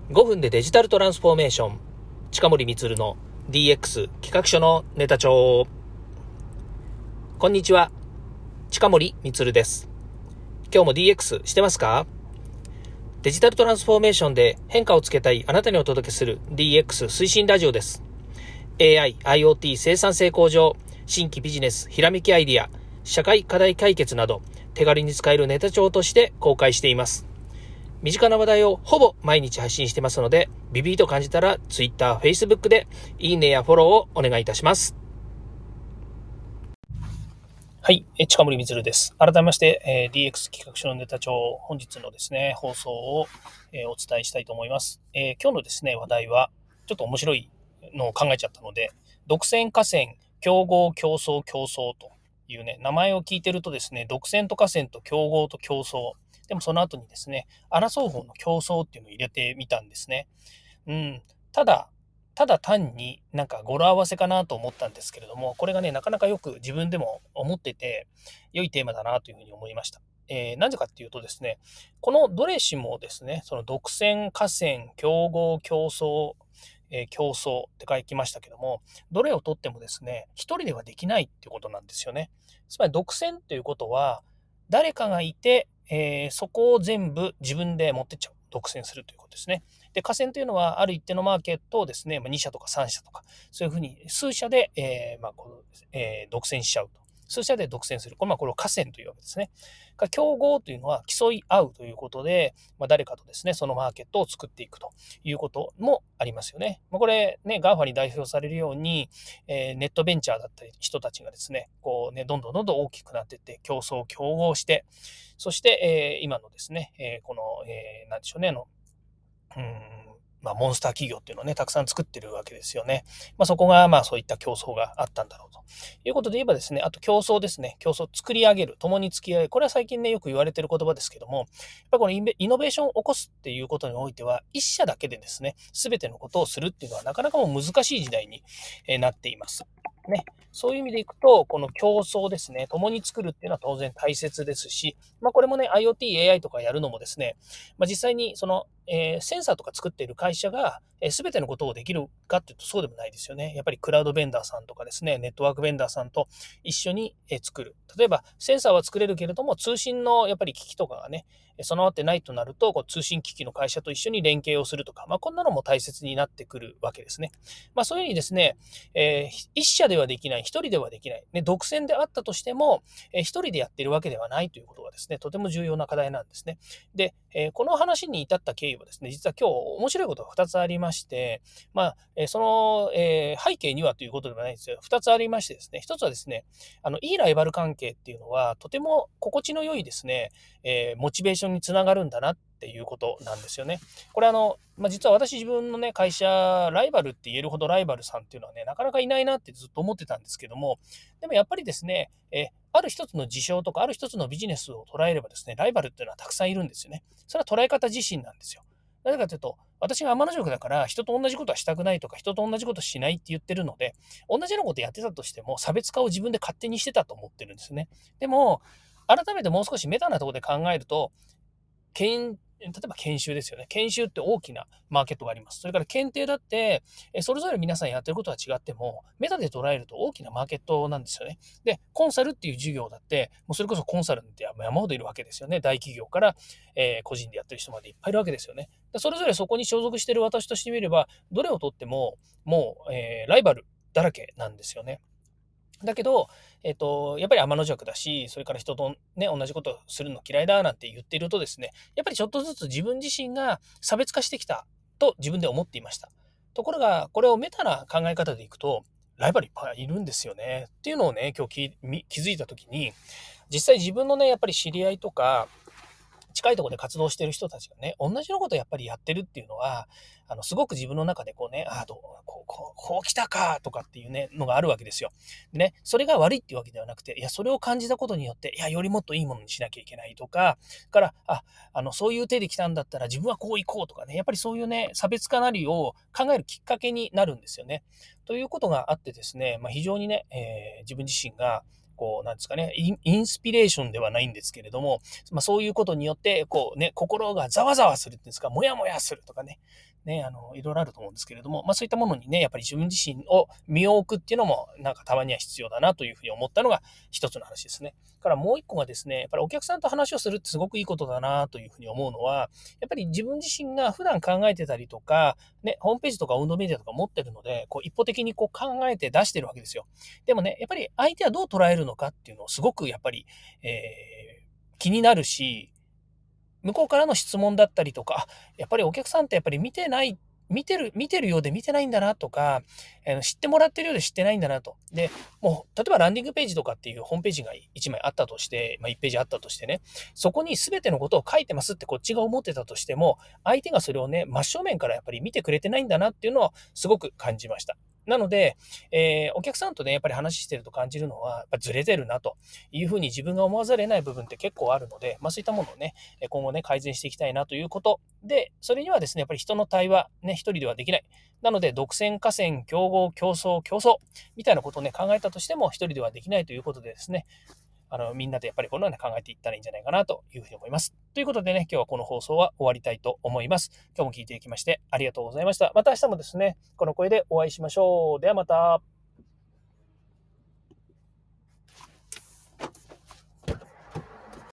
5分でデジタルトランスフォーメーション、近森光の DX 企画書のネタ帳。こんにちは、近森光です。今日も DX してますか？デジタルトランスフォーメーションで変化をつけたいあなたにお届けする DX 推進ラジオです。AI、IoT 生産性向上、新規ビジネス、ひらめきアイディア、社会課題解決など手軽に使えるネタ帳として公開しています。身近な話題をほぼ毎日配信してますので、ビビーと感じたら Twitter、Facebook でいいねやフォローをお願いいたします。はい、近森光です。改めまして、DX 企画書のネタ帳、本日のですね、放送を、お伝えしたいと思います。今日のですね、話題は、ちょっと面白いのを考えちゃったので、独占河川、競合、競争、競争というね、名前を聞いてるとですね、独占と河川と競合と競争、でもその後にですね、争う方の競争っていうのを入れてみたんですね。ただ、ただ単になんか語呂合わせかなと思ったんですけれども、これがね、なかなかよく自分でも思ってて、良いテーマだなというふうに思いました。なぜかっていうとですね、このどれしもですね、その独占、河川、競合、競争、競争って書きましたけども、どれをとってもですね、一人ではできないっていうことなんですよね。つまり独占っていうことは、誰かがいて、そこを全部自分で持ってっちゃう。独占するということですね。で、河川というのは、ある一定のマーケットをですね、2社とか3社とか、そういうふうに数社で、独占しちゃうと。数社で独占する。これを河川というわけですね。競合というのは競い合うということで、誰かとですね、そのマーケットを作っていくということもありますよね。これね、GAFA に代表されるように、ネットベンチャーだったり人たちがですね、どんどん大きくなっていって、競争、競合して、そして、今のですね、なんでしょうね、モンスター企業っていうのをね、たくさん作ってるわけですよね。そこが、そういった競争があったんだろうということで言えばですね、あと競争ですね。競争、作り上げる、共に付き合い。これは最近ね、よく言われてる言葉ですけども、やっぱりこのイノベーションを起こすっていうことにおいては、一社だけでですね、すべてのことをするっていうのはなかなかもう難しい時代になっています。ね。そういう意味でいくと、この競争ですね、共に作るっていうのは当然大切ですし、これもね、IoT、AI とかやるのもですね、実際にその、センサーとか作っている会社が、全てのことをできるかっていうとそうでもないですよね。やっぱりクラウドベンダーさんとかですね、ネットワークベンダーさんと一緒に作る。例えば、センサーは作れるけれども、通信のやっぱり機器とかがね、備わってないとなると、通信機器の会社と一緒に連携をするとか、こんなのも大切になってくるわけですね。そういうふうにですね、一社ではできない、一人ではできない、ね、独占であったとしても、一人でやっているわけではないということがですね、とても重要な課題なんですね。で、この話に至った経緯はですね、実は今日面白いことが2つありまして、その、背景にはということではないんですよ。2つありましてですね、1つはですね、いいライバル関係っていうのは、とても心地の良いですね、モチベーションにつながるんだなっていうことなんですよね。これ実は私自分のね、会社、ライバルって言えるほどライバルさんっていうのはね、なかなかいないなってずっと思ってたんですけども、でもやっぱりですね、ある一つの事象とか、ある一つのビジネスを捉えればですね、ライバルっていうのはたくさんいるんですよね。それは捉え方自身なんですよ。なぜかというと、私が天の塾だから、人と同じことはしたくないとか、人と同じことしないって言ってるので、同じようなことやってたとしても、差別化を自分で勝手にしてたと思ってるんですね。でも、改めてもう少しメタなところで考えると、例えば研修ですよね。研修って大きなマーケットがあります。それから検定だって、それぞれ皆さんやってることは違っても、メタで捉えると大きなマーケットなんですよね。で、コンサルっていう授業だって、もうそれこそコンサルって山ほどいるわけですよね。大企業から、個人でやってる人までいっぱいいるわけですよね。でそれぞれそこに所属している私としてみれば、どれをとっても、もう、ライバルだらけなんですよね。だけど、やっぱり天の弱だし、それから人とね、同じことするの嫌いだなんて言っているとですね、やっぱりちょっとずつ自分自身が差別化してきたと自分で思っていました。ところが、これをメタな考え方でいくと、ライバルいっぱいいるんですよね。っていうのをね、今日気づいたときに、実際自分のね、やっぱり知り合いとか、近いところで活動している人たちがね、同じようなことをやっぱりやってるっていうのは、すごく自分の中でこう来たかとかっていうね、のがあるわけですよ。でね、それが悪いっていうわけではなくて、いや、それを感じたことによって、いや、よりもっといいものにしなきゃいけないとか、そういう手で来たんだったら自分はこう行こうとかね、やっぱりそういうね、差別化なりを考えるきっかけになるんですよね。ということがあってですね、非常にね、自分自身が、 なんですかね、インスピレーションではないんですけれども、そういうことによって、心がざわざわするっていうんですか、もやもやするとかね、いろいろあると思うんですけれども、そういったものにね、やっぱり自分自身を身を置くっていうのも、なんかたまには必要だなというふうに思ったのが一つの話ですね。からもう一個がですね、やっぱりお客さんと話をするってすごくいいことだなというふうに思うのは、やっぱり自分自身が普段考えてたりとか、ね、ホームページとか運動メディアとか持ってるので、一方的に考えて出してるわけですよ。でもね、やっぱり相手はどう捉えるのかっていうのをすごくやっぱり、気になるし、向こうからの質問だったりとか、やっぱりお客さんってやっぱり見てるようで見てないんだなとか、知ってもらってるようで知ってないんだなと。で、もう例えばランディングページとかっていうホームページが1枚あったとして、1ページあったとしてね、そこに全てのことを書いてますってこっちが思ってたとしても、相手がそれをね、真正面からやっぱり見てくれてないんだなっていうのはすごく感じました。なので、お客さんとね、やっぱり話してると感じるのは、やっぱずれてるなというふうに自分が思わざるを得ない部分って結構あるので、そういったものをね、今後ね、改善していきたいなということで、それにはですね、やっぱり人の対話、ね、一人ではできない。なので、独占、河川、競合、競争みたいなことをね、考えたとしても、一人ではできないということでですね、みんなでやっぱりこのように考えていったらいいんじゃないかなというふうに思います。ということでね、今日はこの放送は終わりたいと思います。今日も聞いていきましてありがとうございました。また明日もですね、この声でお会いしましょう。ではまた。